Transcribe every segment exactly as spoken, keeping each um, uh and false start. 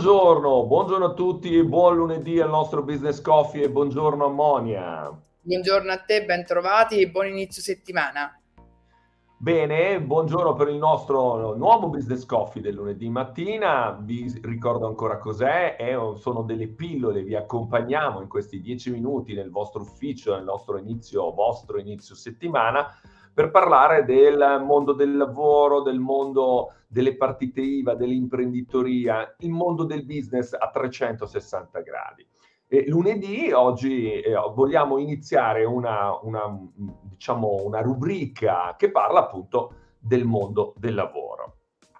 Buongiorno, buongiorno a tutti, buon lunedì al nostro Business Coffee e buongiorno a Monia. Buongiorno a te, ben trovati e buon inizio settimana. Bene, buongiorno per il nostro nuovo Business Coffee del lunedì mattina. Vi ricordo ancora cos'è, è- sono delle pillole, vi accompagniamo in questi dieci minuti nel vostro ufficio, nel nostro inizio, vostro inizio settimana, per parlare del mondo del lavoro, del mondo delle partite I V A, dell'imprenditoria, il mondo del business a trecentosessanta gradi. E lunedì, oggi, eh, vogliamo iniziare una, una, diciamo, una rubrica che parla appunto del mondo del lavoro.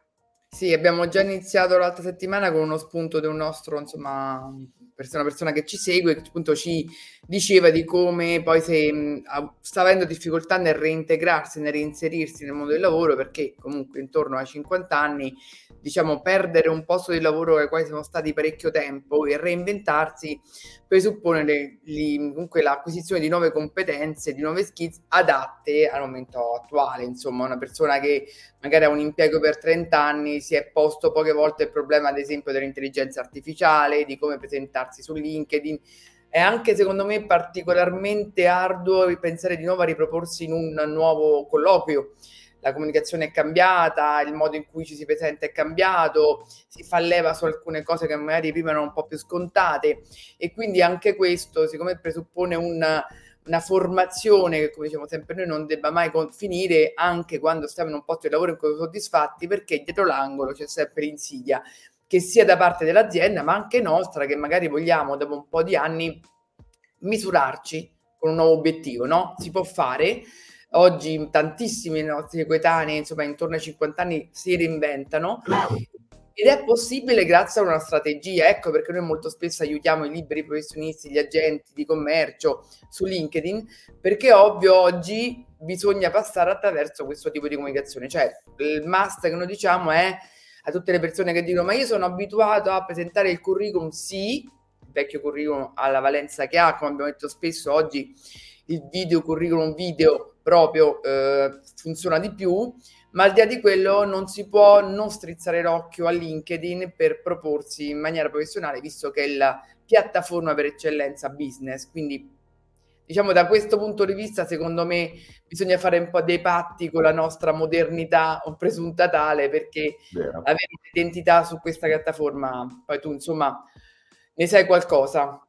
Sì, abbiamo già iniziato l'altra settimana con uno spunto di un nostro, insomma, una persona che ci segue, che appunto ci diceva di come poi se, mh, ha- sta avendo difficoltà nel reintegrarsi, nel reinserirsi nel mondo del lavoro, perché comunque intorno ai cinquanta anni, diciamo, perdere un posto di lavoro ai quali siamo stati parecchio tempo e reinventarsi presuppone le- li- comunque l'acquisizione di nuove competenze, di nuove skills adatte al momento attuale. Insomma, una persona che magari ha un impiego per trenta anni, si è posto poche volte il problema, ad esempio, dell'intelligenza artificiale, di come presentarsi su LinkedIn. È anche, secondo me, particolarmente arduo pensare di nuovo a riproporsi in un nuovo colloquio. La comunicazione è cambiata, il modo in cui ci si presenta è cambiato, si fa leva su alcune cose che magari prima erano un po' più scontate, e quindi anche questo, siccome presuppone un una formazione che, come diciamo sempre noi, non debba mai finire anche quando stiamo in un posto di lavoro in cui siamo soddisfatti, perché dietro l'angolo c'è sempre l'insidia, che sia da parte dell'azienda ma anche nostra, che magari vogliamo dopo un po' di anni misurarci con un nuovo obiettivo, no? Si può fare. Oggi tantissimi nostri coetanei, insomma, intorno ai cinquanta anni, si reinventano ed è possibile grazie a una strategia. Ecco perché noi molto spesso aiutiamo i liberi professionisti, gli agenti di commercio su LinkedIn, perché ovvio oggi bisogna passare attraverso questo tipo di comunicazione. Cioè, il must che noi diciamo è a tutte le persone che dicono: ma io sono abituato a presentare il curriculum. Sì, il vecchio curriculum ha la valenza che ha, come abbiamo detto spesso, oggi il video curriculum video proprio eh, funziona di più, ma al di là di quello non si può non strizzare l'occhio a LinkedIn per proporsi in maniera professionale, visto che è la piattaforma per eccellenza business. Quindi, diciamo, da questo punto di vista, secondo me, bisogna fare un po' dei patti con la nostra modernità o presunta tale, perché Vero. avere un'identità su questa piattaforma, poi tu, insomma, ne sai qualcosa.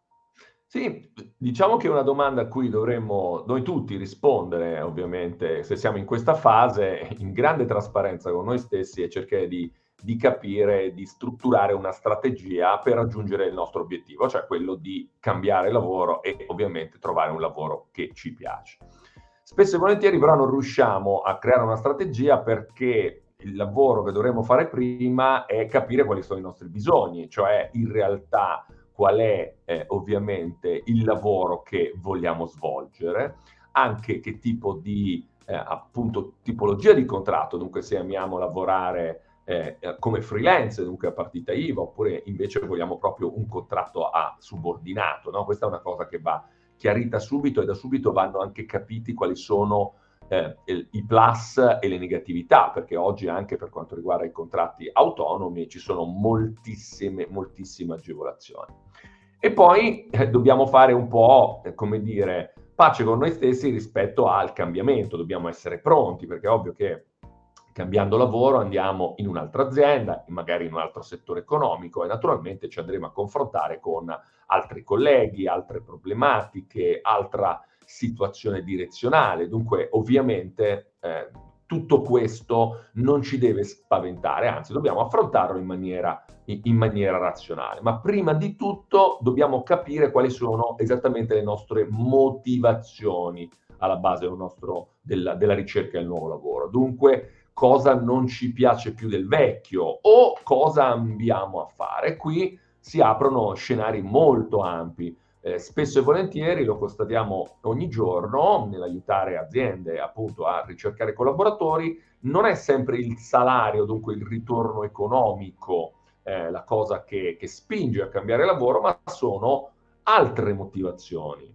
Sì, diciamo che è una domanda a cui dovremmo noi tutti rispondere, ovviamente, se siamo in questa fase, in grande trasparenza con noi stessi e cercare di, di capire, di strutturare una strategia per raggiungere il nostro obiettivo, cioè quello di cambiare lavoro e ovviamente trovare un lavoro che ci piace. Spesso e volentieri però non riusciamo a creare una strategia perché il lavoro che dovremmo fare prima è capire quali sono i nostri bisogni, cioè in realtà qual è eh, ovviamente il lavoro che vogliamo svolgere, anche che tipo di eh, appunto tipologia di contratto, dunque se amiamo lavorare eh, come freelance, dunque a partita I V A, oppure invece vogliamo proprio un contratto a subordinato, no? Questa è una cosa che va chiarita subito e da subito vanno anche capiti quali sono eh, i plus e le negatività, perché oggi anche per quanto riguarda i contratti autonomi ci sono moltissime, moltissime agevolazioni. E poi eh, dobbiamo fare un po', eh, come dire, pace con noi stessi rispetto al cambiamento, dobbiamo essere pronti, perché è ovvio che cambiando lavoro andiamo in un'altra azienda, magari in un altro settore economico e naturalmente ci andremo a confrontare con altri colleghi, altre problematiche, altra situazione direzionale. Dunque, ovviamente, eh, tutto questo non ci deve spaventare, anzi, dobbiamo affrontarlo in maniera, in maniera razionale. Ma prima di tutto dobbiamo capire quali sono esattamente le nostre motivazioni alla base del nostro, della, della ricerca del nuovo lavoro. Dunque, cosa non ci piace più del vecchio o cosa ambiamo a fare. Qui si aprono scenari molto ampi. Eh, spesso e volentieri lo constatiamo ogni giorno nell'aiutare aziende appunto a ricercare collaboratori, non è sempre il salario, dunque il ritorno economico, eh, la cosa che, che spinge a cambiare lavoro, ma sono altre motivazioni.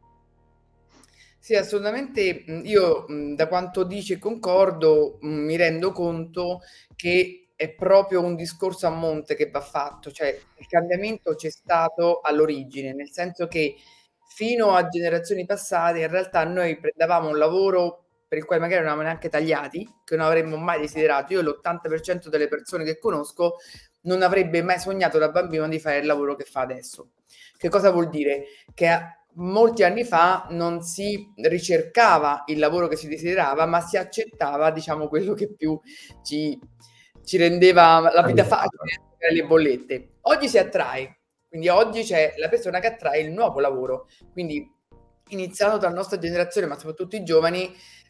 Sì, assolutamente. Mh, Io, mh, da quanto dice concordo, mh, mi rendo conto che è proprio un discorso a monte che va fatto, cioè il cambiamento c'è stato all'origine, nel senso che fino a generazioni passate in realtà noi prendevamo un lavoro per il quale magari non eravamo neanche tagliati, che non avremmo mai desiderato. Io l'ottanta per cento delle persone che conosco non avrebbe mai sognato da bambino di fare il lavoro che fa adesso. Che cosa vuol dire? Che molti anni fa non si ricercava il lavoro che si desiderava, ma si accettava, diciamo, quello che più ci, ci rendeva la vita facile, le bollette. Oggi si attrae, quindi oggi c'è la persona che attrae il nuovo lavoro. Quindi iniziando dalla nostra generazione, ma soprattutto i giovani,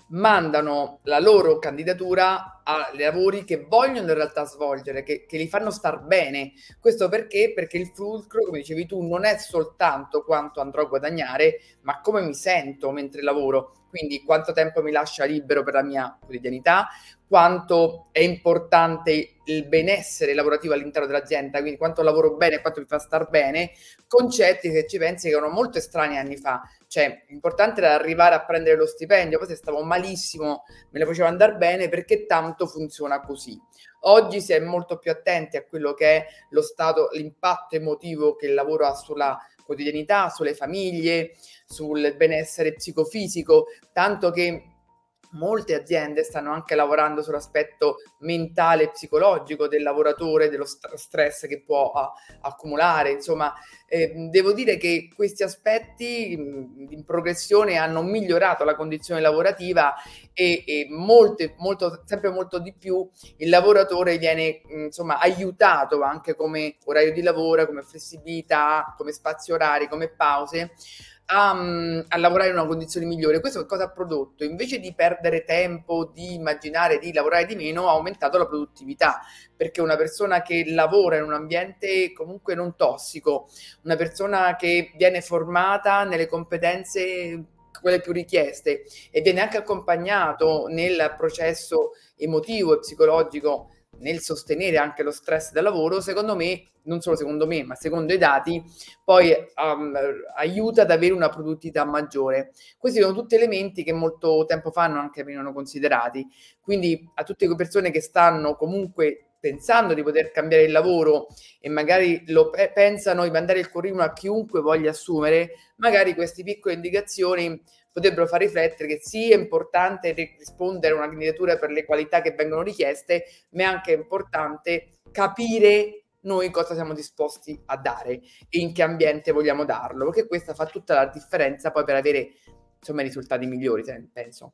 mandano la loro candidatura a lavori che vogliono in realtà svolgere, che, che li fanno star bene. Questo perché? Perché il fulcro, come dicevi tu, non è soltanto quanto andrò a guadagnare, ma come mi sento mentre lavoro. Quindi quanto tempo mi lascia libero per la mia quotidianità, quanto è importante il benessere lavorativo all'interno dell'azienda, quindi quanto lavoro bene, quanto mi fa star bene, concetti, se ci pensi, che erano molto estranei anni fa. Cioè, l'importante era arrivare a prendere lo stipendio, poi se stavo malissimo me lo faceva andare bene, perché tanto funziona così. Oggi si è molto più attenti a quello che è lo stato, l'impatto emotivo che il lavoro ha sulla quotidianità, sulle famiglie, sul benessere psicofisico, tanto che molte aziende stanno anche lavorando sull'aspetto mentale e psicologico del lavoratore, dello st- stress che può a- accumulare. Insomma, eh, devo dire che questi aspetti mh, in progressione hanno migliorato la condizione lavorativa e, e molte, molto, sempre molto di più il lavoratore viene mh, insomma aiutato anche come orario di lavoro, come flessibilità, come spazi orari, come pause. A, a lavorare in una condizione migliore. Questo che cosa ha prodotto? Invece di perdere tempo, di immaginare di lavorare di meno, ha aumentato la produttività, perché una persona che lavora in un ambiente comunque non tossico, una persona che viene formata nelle competenze quelle più richieste e viene anche accompagnato nel processo emotivo e psicologico nel sostenere anche lo stress del lavoro, secondo me, non solo secondo me, ma secondo i dati, poi um, aiuta ad avere una produttività maggiore. Questi sono tutti elementi che molto tempo fa non anche venivano considerati. Quindi a tutte quelle persone che stanno comunque pensando di poter cambiare il lavoro e magari lo pe- pensano di mandare il curriculum a chiunque voglia assumere, magari queste piccole indicazioni potrebbero far riflettere che sì, è importante rispondere a una candidatura per le qualità che vengono richieste, ma è anche importante capire noi cosa siamo disposti a dare e in che ambiente vogliamo darlo, perché questa fa tutta la differenza poi per avere, insomma, risultati migliori, penso.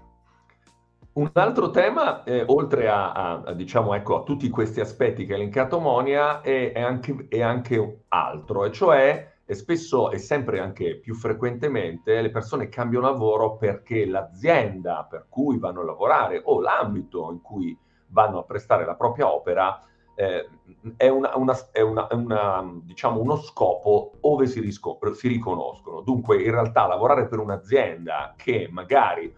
Un altro tema, eh, oltre a, a, a, diciamo, ecco, a tutti questi aspetti che ha elencato Monia, è, è, anche, è anche altro, e cioè e spesso e sempre anche più frequentemente le persone cambiano lavoro perché l'azienda per cui vanno a lavorare o l'ambito in cui vanno a prestare la propria opera eh, è, una, una, è, una, è una, diciamo, uno scopo dove si, risco- si riconoscono. Dunque, in realtà lavorare per un'azienda che magari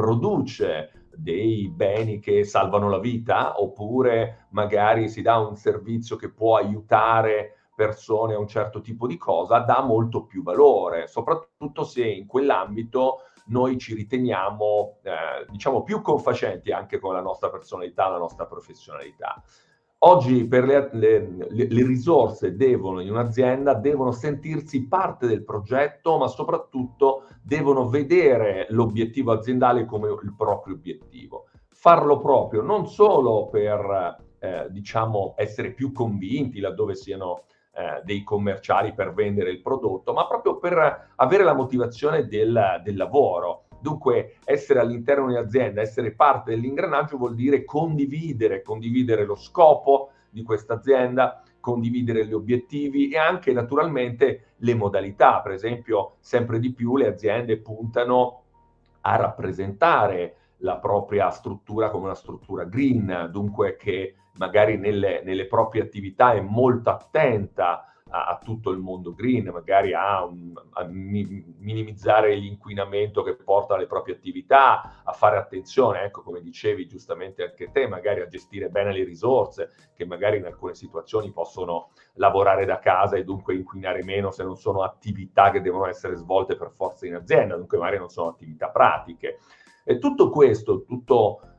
produce dei beni che salvano la vita, oppure magari si dà un servizio che può aiutare persone a un certo tipo di cosa, dà molto più valore, soprattutto se in quell'ambito noi ci riteniamo, eh, diciamo, più confacenti anche con la nostra personalità, la nostra professionalità. Oggi per le, le, le risorse devono, in un'azienda, devono sentirsi parte del progetto, ma soprattutto devono vedere l'obiettivo aziendale come il proprio obiettivo. Farlo proprio non solo per, eh, diciamo, essere più convinti laddove siano eh, dei commerciali per vendere il prodotto, ma proprio per avere la motivazione del, del lavoro. Dunque, essere all'interno di un'azienda, essere parte dell'ingranaggio vuol dire condividere, condividere lo scopo di questa azienda, condividere gli obiettivi e anche naturalmente le modalità. Per esempio, sempre di più le aziende puntano a rappresentare la propria struttura come una struttura green, dunque che magari nelle, nelle proprie attività è molto attenta a, a tutto il mondo green, magari a, un, a mi, minimizzare l'inquinamento che porta alle proprie attività, a fare attenzione, ecco, come dicevi giustamente anche te, magari a gestire bene le risorse, che magari in alcune situazioni possono lavorare da casa e dunque inquinare meno se non sono attività che devono essere svolte per forza in azienda, dunque magari non sono attività pratiche. E tutto questo, tutto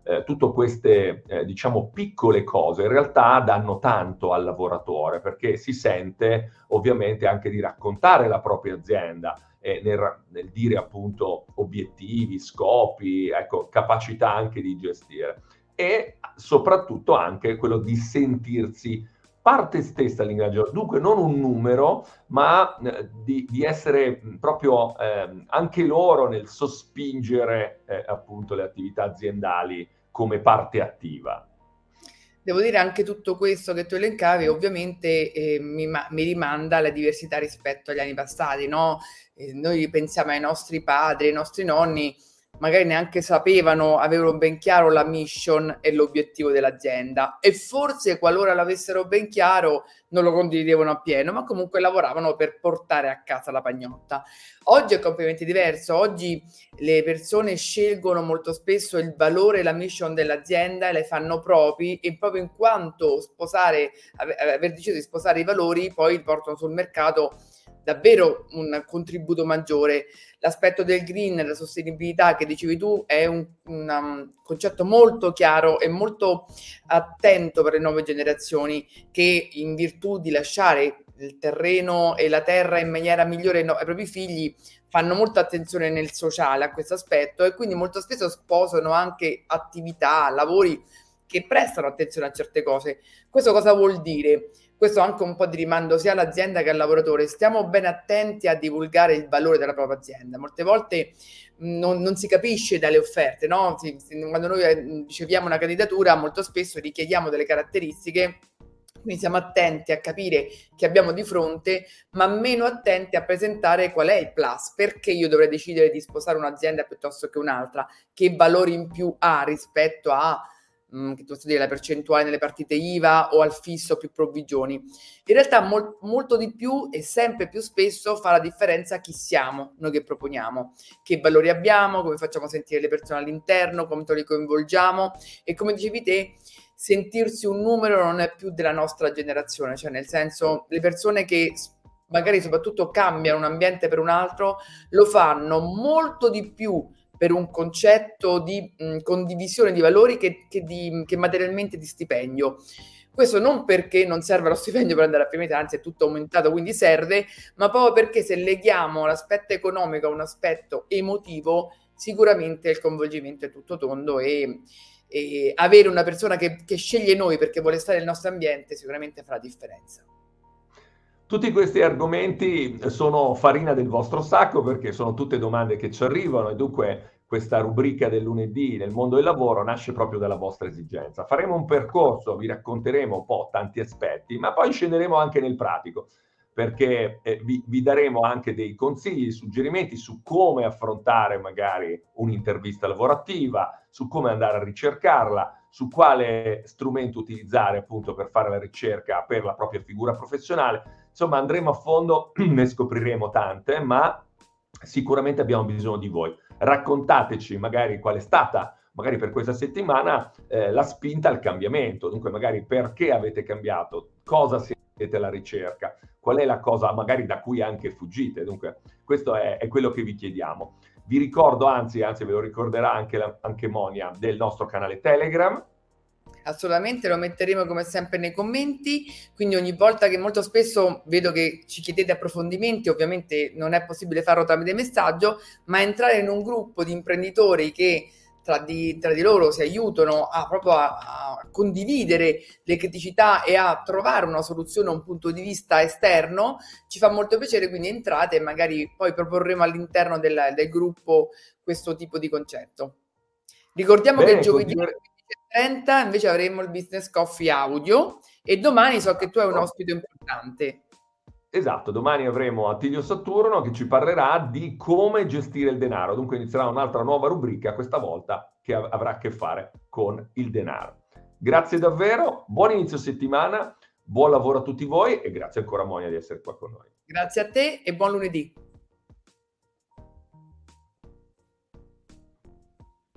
eh, tutte queste, eh, diciamo, piccole cose in realtà danno tanto al lavoratore, perché si sente ovviamente anche di raccontare la propria azienda, eh, nel, nel dire appunto obiettivi, scopi, ecco, capacità anche di gestire. E soprattutto anche quello di sentirsi parte stessa dell'ingaggio, dunque non un numero, ma eh, di, di essere proprio eh, anche loro nel sospingere eh, appunto le attività aziendali come parte attiva. Devo dire anche tutto questo che tu elencavi ovviamente eh, mi, mi rimanda alla diversità rispetto agli anni passati, no? Eh, noi pensiamo ai nostri padri, ai nostri nonni, magari neanche sapevano, avevano ben chiaro la mission e l'obiettivo dell'azienda e forse qualora l'avessero ben chiaro non lo condividevano appieno, ma comunque lavoravano per portare a casa la pagnotta. Oggi è completamente diverso, oggi le persone scelgono molto spesso il valore e la mission dell'azienda e le fanno propri e proprio in quanto sposare, aver deciso di sposare i valori, poi portano sul mercato davvero un contributo maggiore. L'aspetto del green, della sostenibilità che dicevi tu è un, un um, concetto molto chiaro e molto attento per le nuove generazioni che in virtù di lasciare il terreno e la terra in maniera migliore no, ai propri figli fanno molta attenzione nel sociale a questo aspetto e quindi molto spesso sposano anche attività, lavori che prestano attenzione a certe cose. Questo cosa vuol dire? Questo anche un po' di rimando sia all'azienda che al lavoratore. Stiamo ben attenti a divulgare il valore della propria azienda. Molte volte non, non si capisce dalle offerte, no? Quando noi riceviamo una candidatura, molto spesso richiediamo delle caratteristiche, quindi siamo attenti a capire che abbiamo di fronte, ma meno attenti a presentare qual è il plus, perché io dovrei decidere di sposare un'azienda piuttosto che un'altra, che valori in più ha rispetto a che posso dire la percentuale nelle partite I V A o al fisso più provvigioni. In realtà mol, molto di più e sempre più spesso fa la differenza chi siamo, noi che proponiamo, che valori abbiamo, come facciamo sentire le persone all'interno, come li coinvolgiamo e come dicevi te, sentirsi un numero non è più della nostra generazione, cioè nel senso le persone che magari soprattutto cambiano un ambiente per un altro lo fanno molto di più per un concetto di mh, condivisione di valori che, che, di, che materialmente di stipendio. Questo non perché non serve lo stipendio per andare a prima età, anzi è tutto aumentato, quindi serve, ma proprio perché se leghiamo l'aspetto economico a un aspetto emotivo, sicuramente il coinvolgimento è tutto tondo e, e avere una persona che, che sceglie noi perché vuole stare nel nostro ambiente sicuramente fa la differenza. Tutti questi argomenti sono farina del vostro sacco perché sono tutte domande che ci arrivano e dunque questa rubrica del lunedì nel mondo del lavoro nasce proprio dalla vostra esigenza. Faremo un percorso, vi racconteremo un po' tanti aspetti, ma poi scenderemo anche nel pratico perché eh, vi, vi daremo anche dei consigli, suggerimenti su come affrontare magari un'intervista lavorativa, su come andare a ricercarla, su quale strumento utilizzare appunto per fare la ricerca per la propria figura professionale. Insomma, andremo a fondo, ne scopriremo tante, ma sicuramente abbiamo bisogno di voi. Raccontateci magari qual è stata, magari per questa settimana, eh, la spinta al cambiamento. Dunque, magari perché avete cambiato, cosa siete alla ricerca, qual è la cosa magari da cui anche fuggite. Dunque, questo è, è quello che vi chiediamo. Vi ricordo, anzi, anzi ve lo ricorderà anche, la, anche Monia, del nostro canale Telegram. Assolutamente, lo metteremo come sempre nei commenti, quindi ogni volta che molto spesso vedo che ci chiedete approfondimenti, ovviamente non è possibile farlo tramite messaggio, ma entrare in un gruppo di imprenditori che tra di, tra di loro si aiutano a proprio a, a condividere le criticità e a trovare una soluzione, un punto di vista esterno, ci fa molto piacere, quindi entrate e magari poi proporremo all'interno del, del gruppo questo tipo di concetto. Ricordiamo Bene, che giovedì continuare... trenta invece avremo il Business Coffee audio e domani so che tu hai un ospite importante. Esatto, domani avremo Attilio Saturno che ci parlerà di come gestire il denaro, dunque inizierà un'altra nuova rubrica questa volta che av- avrà a che fare con il denaro. Grazie davvero, buon inizio settimana, buon lavoro a tutti voi e grazie ancora Monia di essere qua con noi. Grazie a te e buon lunedì.